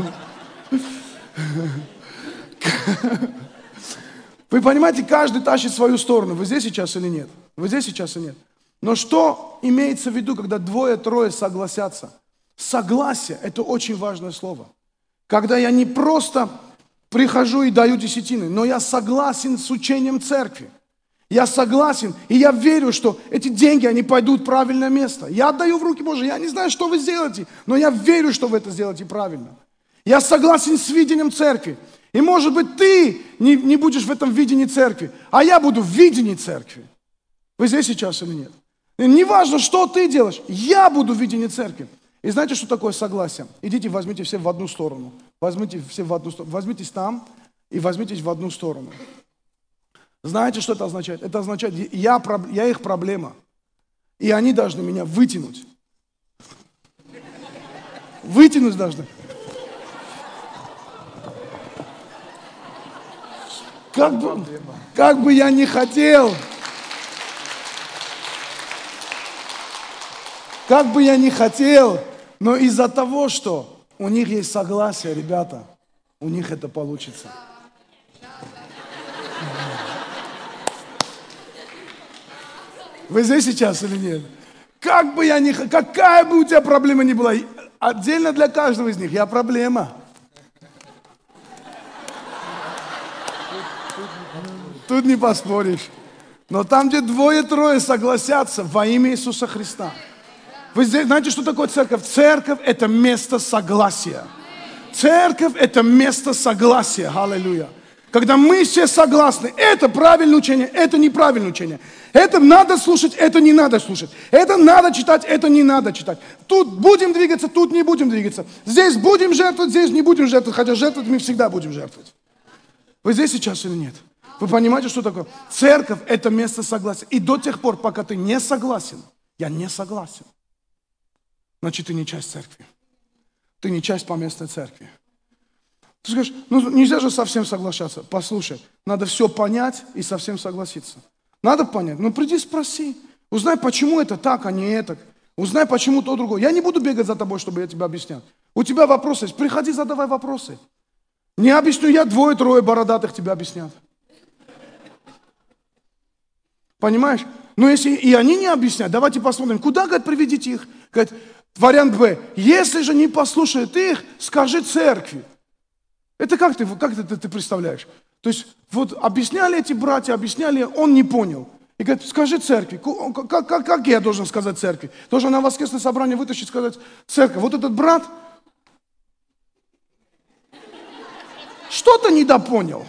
Вы понимаете, каждый тащит свою сторону. Вы здесь сейчас или нет? Вы здесь сейчас или нет? Но что имеется в виду, когда 2-3 согласятся? Согласие – это очень важное слово. Когда я не просто прихожу и даю десятины, но я согласен с учением церкви. Я согласен, и я верю, что эти деньги, они пойдут в правильное место. Я отдаю в руки Божьи. Я не знаю, что вы сделаете, но я верю, что вы это сделаете правильно. Я согласен с видением церкви. И может быть ты не будешь в этом видении церкви, а я буду в видении церкви. Вы здесь сейчас или нет? И не важно, что ты делаешь, я буду в видении церкви. И знаете, что такое согласие? Идите, возьмите все в одну сторону. Возьмите все в одну сторону. Возьмитесь там и возьмитесь в одну сторону. Знаете, что это означает? Это означает, я их проблема. И они должны меня вытянуть. Вытянуть должны. Как бы я ни хотел, но из-за того, что у них есть согласие, ребята, у них это получится. Вы здесь сейчас или нет? Какая бы у тебя проблема ни была, отдельно для каждого из них я проблема. Тут не поспоришь. Но там, где 2-3 согласятся во имя Иисуса Христа. Вы знаете, что такое церковь? Церковь – это место согласия. Церковь – это место согласия. Аллилуйя. Когда мы все согласны, это правильное учение, это неправильное учение. Это надо слушать, это не надо слушать. Это надо читать, это не надо читать. Тут будем двигаться, тут не будем двигаться. Здесь будем жертвовать, здесь не будем жертвовать, хотя жертвовать мы всегда будем жертвовать. Вы здесь сейчас или нет? Вы понимаете, что такое? Церковь – это место согласия. И до тех пор, пока ты не согласен, я не согласен, значит, ты не часть церкви. Ты не часть поместной церкви. Ты скажешь, ну нельзя же совсем соглашаться. Послушай, надо все понять и совсем согласиться. Надо понять, ну приди спроси. Узнай, почему это так, а не это. Узнай, почему то другое. Я не буду бегать за тобой, чтобы я тебе объяснял. У тебя вопросы есть, приходи, задавай вопросы. Не объясню я, 2-3 бородатых тебе объяснят. Понимаешь? Но если и они не объяснят, давайте посмотрим, куда, говорит, приведите их. Говорит, вариант Б. Если же не послушает их, скажи церкви. Это как ты представляешь? То есть вот объясняли эти братья, объясняли, он не понял. И говорит, скажи церкви, как я должен сказать церкви? Должен на воскресное собрание вытащить, сказать, церковь, вот этот брат что-то недопонял.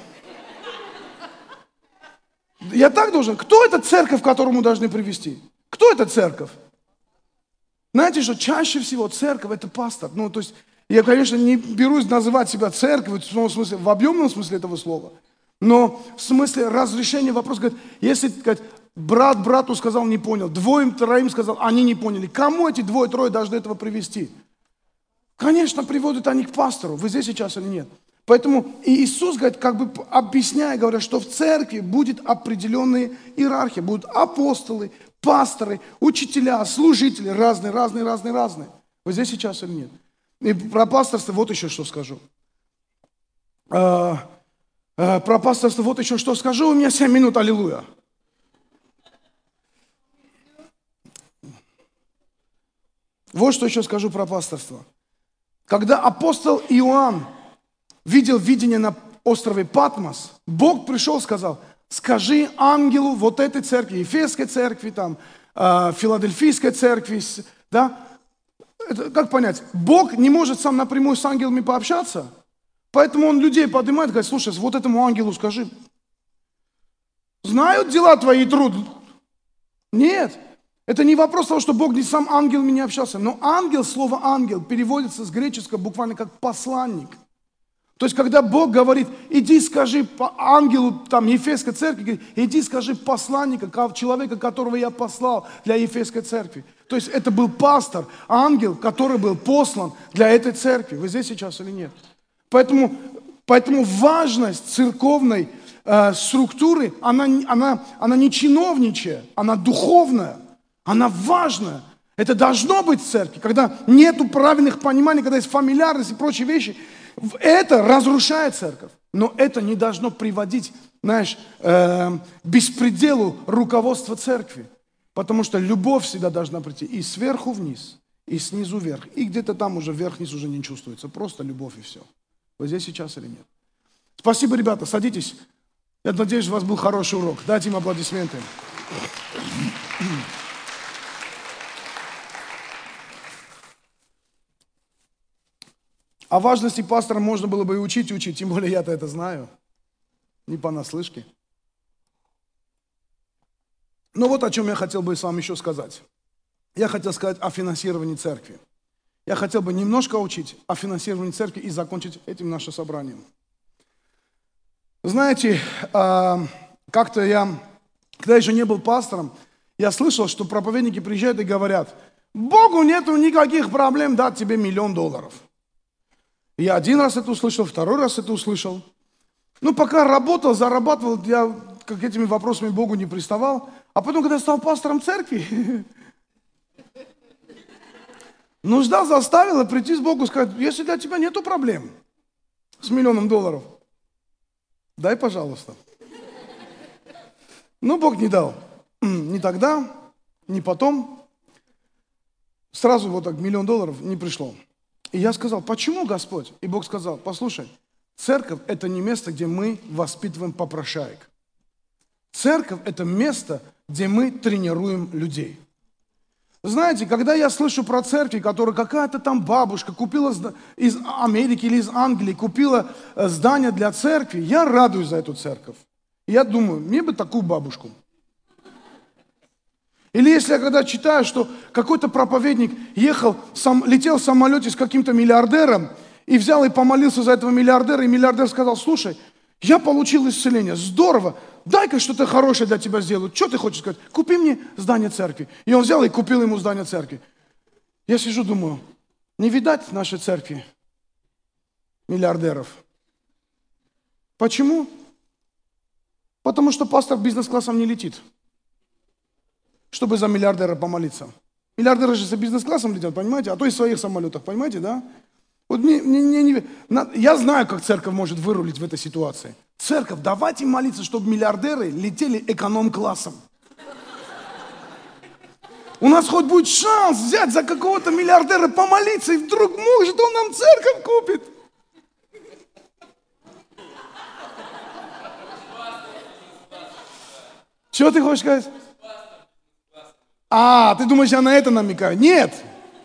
Я так должен? Кто эта церковь, к которому должны привести? Кто эта церковь? Знаете, что чаще всего церковь это пастор. Ну, то есть, я, конечно, не берусь называть себя церковью, в объемном смысле этого слова. Но в смысле разрешения вопроса, говорит, если сказать, брат брату сказал, не понял, двоим-троим сказал, они не поняли. Кому эти двое-трое должны этого привести? Конечно, приводят они к пастору. Вы здесь сейчас или нет? Поэтому и Иисус, говорит, как бы объясняя, говорит, что в церкви будет определенная иерархия. Будут апостолы, пасторы, учителя, служители, разные. Вы здесь сейчас или нет? И про пасторство вот еще что скажу. Про пасторство вот еще что скажу. У меня 7 минут, аллилуйя. Вот что еще скажу про пасторство. Когда апостол Иоанн видел видение на острове Патмос, Бог пришел и сказал, скажи ангелу вот этой церкви, Ефесской церкви, там, Филадельфийской церкви, да? Это, как понять? Бог не может сам напрямую с ангелами пообщаться, поэтому он людей поднимает, говорит, слушай, вот этому ангелу скажи, знают дела твои и труд? Нет. Это не вопрос того, что Бог не сам ангелами не общался, но ангел, слово ангел переводится с греческого буквально как посланник. То есть, когда Бог говорит, иди скажи ангелу там, Ефесской церкви, говорит, иди скажи посланника, человека, которого я послал для Ефесской церкви. То есть, это был пастор, ангел, который был послан для этой церкви. Вы здесь сейчас или нет? Поэтому важность церковной структуры, она не чиновничья, она духовная, она важная. Это должно быть в церкви, когда нету правильных пониманий, когда есть фамильярность и прочие вещи. Это разрушает церковь, но это не должно приводить, знаешь, к беспределу руководства церкви. Потому что любовь всегда должна прийти и сверху вниз, и снизу вверх. И где-то там уже вверх-вниз уже не чувствуется. Просто любовь и все. Вы здесь сейчас или нет? Спасибо, ребята, садитесь. Я надеюсь, у вас был хороший урок. Дайте им аплодисменты. О важности пастора можно было бы и учить, тем более я-то это знаю, не понаслышке. Но вот о чем я хотел бы с вами еще сказать. Я хотел сказать о финансировании церкви. Я хотел бы немножко учить о финансировании церкви и закончить этим наше собрание. Знаете, как-то я, когда еще не был пастором, я слышал, что проповедники приезжают и говорят, Богу нету никаких проблем дать тебе $1 миллион. Я один раз это услышал, второй раз это услышал. Ну, пока работал, зарабатывал, я к этими вопросами Богу не приставал. А потом, когда стал пастором церкви, нужда заставила прийти с Богу и сказать, если для тебя нету проблем с $1 миллион, дай, пожалуйста. Но Бог не дал. Ни тогда, ни потом. Сразу вот так $1 миллион не пришло. И я сказал, почему, Господь? И Бог сказал, послушай, церковь – это не место, где мы воспитываем попрошаек. Церковь – это место, где мы тренируем людей. Знаете, когда я слышу про церкви, которая какая-то там бабушка купила из Америки или из Англии, купила здание для церкви, я радуюсь за эту церковь. И я думаю, мне бы такую бабушку. Или если я когда читаю, что какой-то проповедник летел в самолете с каким-то миллиардером и взял и помолился за этого миллиардера, и миллиардер сказал, слушай, я получил исцеление, здорово, дай-ка что-то хорошее для тебя сделаю. Что ты хочешь сказать? Купи мне здание церкви. И он взял и купил ему здание церкви. Я сижу, думаю, не видать в нашей церкви миллиардеров. Почему? Потому что пастор бизнес-классом не летит, чтобы за миллиардера помолиться. Миллиардеры же за бизнес-классом летят, понимаете? А то и в своих самолетах, понимаете, да? Вот я знаю, как церковь может вырулить в этой ситуации. Церковь, давайте молиться, чтобы миллиардеры летели эконом-классом. У нас хоть будет шанс взять за какого-то миллиардера, помолиться, и вдруг, может, он нам церковь купит. Что ты хочешь сказать? А, ты думаешь, я на это намекаю? Нет!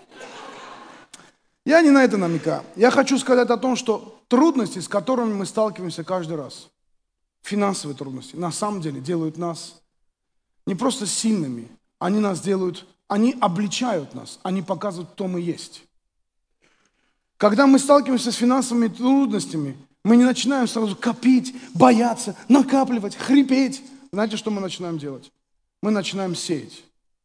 Я не на это намекаю. Я хочу сказать о том, что трудности, с которыми мы сталкиваемся каждый раз, финансовые трудности, на самом деле делают нас не просто сильными, они нас делают, они обличают нас, они показывают, кто мы есть. Когда мы сталкиваемся с финансовыми трудностями, мы не начинаем сразу копить, бояться, накапливать, хрипеть. Знаете, что мы начинаем делать? Мы начинаем сеять.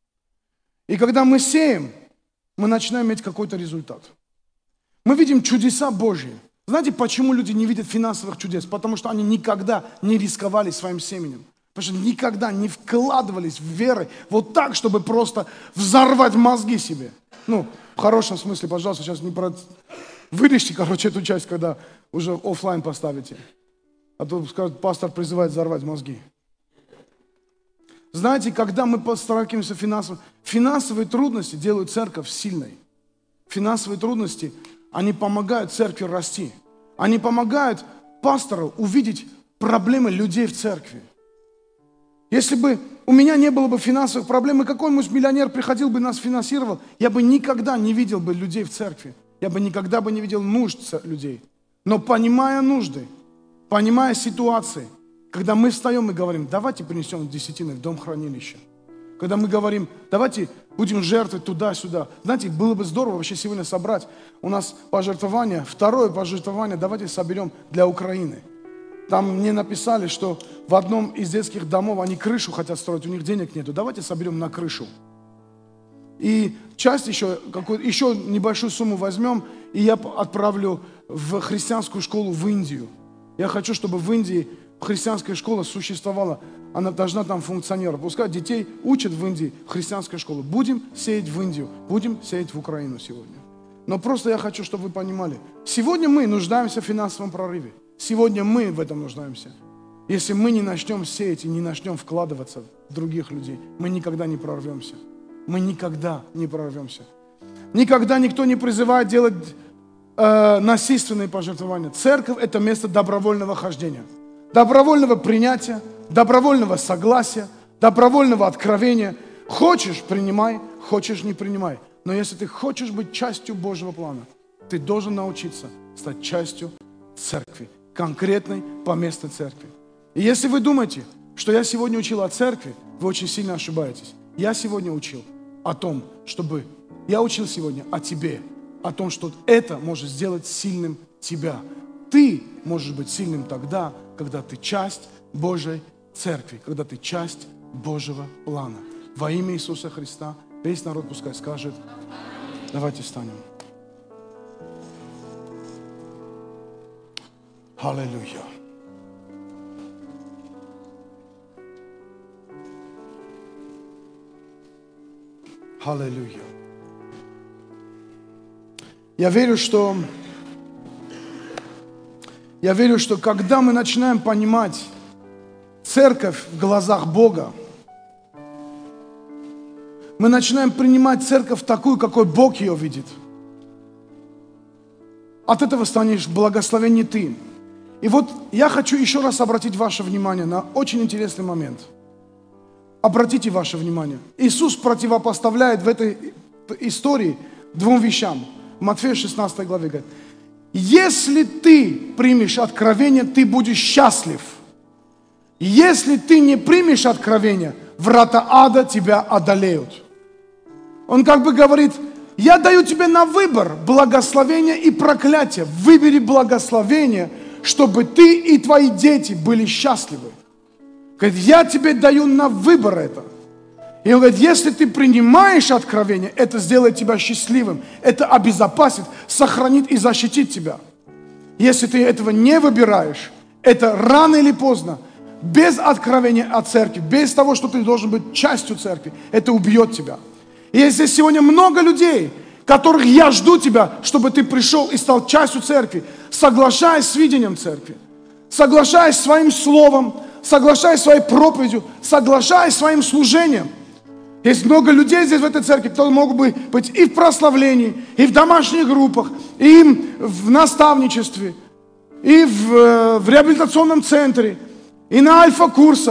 И когда мы сеем, мы начинаем иметь какой-то результат. Мы видим чудеса Божьи. Знаете, почему люди не видят финансовых чудес? Потому что они никогда не рисковали своим семенем. Потому что никогда не вкладывались в веру вот так, чтобы просто взорвать мозги себе. Ну, в хорошем смысле, пожалуйста, сейчас не про... Вырежьте, эту часть, когда уже офлайн поставите. А то скажут, пастор призывает взорвать мозги. Знаете, когда мы сталкиваемся с финансовые трудности делают церковь сильной. Финансовые трудности, они помогают церкви расти. Они помогают пастору увидеть проблемы людей в церкви. Если бы у меня не было бы финансовых проблем, и какой-нибудь миллионер приходил бы и нас финансировал, я бы никогда не видел бы людей в церкви. Я бы никогда не видел нужд людей. Но понимая нужды, понимая ситуации, когда мы встаем и говорим, давайте принесем десятины в дом хранилища. Когда мы говорим, давайте будем жертвовать туда-сюда. Знаете, было бы здорово вообще сегодня собрать. У нас пожертвование, второе пожертвование, давайте соберем для Украины. Там мне написали, что в одном из детских домов они крышу хотят строить, у них денег нету. Давайте соберем на крышу. И часть еще небольшую сумму возьмем, и я отправлю в христианскую школу в Индию. Я хочу, чтобы в Индии христианская школа существовала, она должна там функционировать. Пускай детей учат в Индии христианскую школу. Будем сеять в Индию, будем сеять в Украину сегодня. Но просто я хочу, чтобы вы понимали, сегодня мы нуждаемся в финансовом прорыве. Сегодня мы в этом нуждаемся. Если мы не начнем сеять и не начнем вкладываться в других людей, мы никогда не прорвемся. Мы никогда не прорвемся. Никогда никто не призывает делать насильственные пожертвования. Церковь – это место добровольного хождения, добровольного принятия, добровольного согласия, добровольного откровения. Хочешь – принимай, хочешь – не принимай. Но если ты хочешь быть частью Божьего плана, ты должен научиться стать частью церкви, конкретной поместной церкви. И если вы думаете, что я сегодня учил о церкви, вы очень сильно ошибаетесь. Я сегодня учил о том, я учил сегодня о тебе, о том, что это может сделать сильным тебя. Ты можешь быть сильным тогда, когда ты часть Божьей церкви, когда ты часть Божьего плана. Во имя Иисуса Христа весь народ пускай скажет, давайте встанем. Аллилуйя. Аллилуйя. Я верю, что когда мы начинаем понимать церковь в глазах Бога, мы начинаем принимать церковь такую, какой Бог ее видит. От этого станешь благословен не ты. И вот я хочу еще раз обратить ваше внимание на очень интересный момент. Обратите ваше внимание. Иисус противопоставляет в этой истории двум вещам. В Матфея 16 главе говорит, если ты примешь откровение, ты будешь счастлив. Если ты не примешь откровение, врата ада тебя одолеют. Он как бы говорит, я даю тебе на выбор благословение и проклятие. Выбери благословение, чтобы ты и твои дети были счастливы. Говорит, я тебе даю на выбор это. И он говорит, если ты принимаешь откровение, это сделает тебя счастливым. Это обезопасит, сохранит и защитит тебя. Если ты этого не выбираешь, это рано или поздно, без откровения о церкви, без того, что ты должен быть частью церкви, это убьет тебя. И есть здесь сегодня много людей, которых я жду тебя, чтобы ты пришел и стал частью церкви, соглашаясь с видением церкви, соглашаясь с своим словом, соглашаясь с своей проповедью, соглашаясь с своим служением. Есть много людей здесь в этой церкви, которые могут быть и в прославлении, и в домашних группах, и в наставничестве, и в реабилитационном центре, и на альфа-курсах,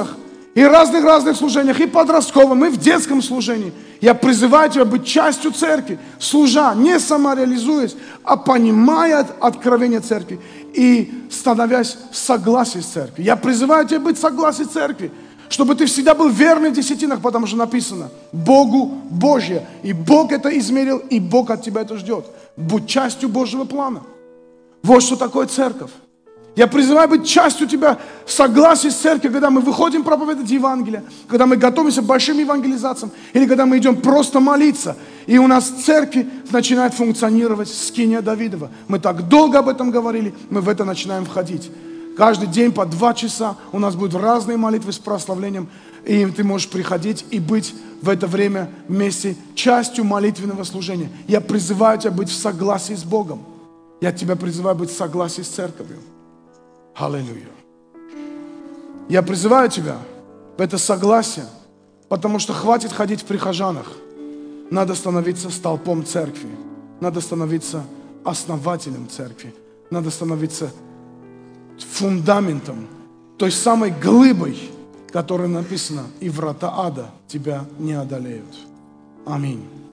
И разных служениях, и подростковом, и в детском служении. Я призываю тебя быть частью церкви, служа, не самореализуясь, а понимая откровение церкви и становясь в согласии с церковью. Я призываю тебя быть в согласии с церкви, чтобы ты всегда был верный в десятинах, потому что написано: Богу Божье. И Бог это измерил, и Бог от тебя это ждет. Будь частью Божьего плана. Вот что такое церковь. Я призываю быть частью тебя в согласии с церковью, когда мы выходим проповедовать Евангелие, когда мы готовимся к большим евангелизациям, или когда мы идем просто молиться, и у нас в церкви начинает функционировать скиния Давидова. Мы так долго об этом говорили, мы в это начинаем входить. Каждый день по 2 часа у нас будут разные молитвы с прославлением, и ты можешь приходить и быть в это время вместе частью молитвенного служения. Я призываю тебя быть в согласии с Богом. Я тебя призываю быть в согласии с церковью. Аллилуйя. Я призываю тебя в это согласие, потому что хватит ходить в прихожанах. Надо становиться столпом церкви. Надо становиться основателем церкви. Надо становиться фундаментом, той самой глыбой, которая написана: и врата ада тебя не одолеют. Аминь.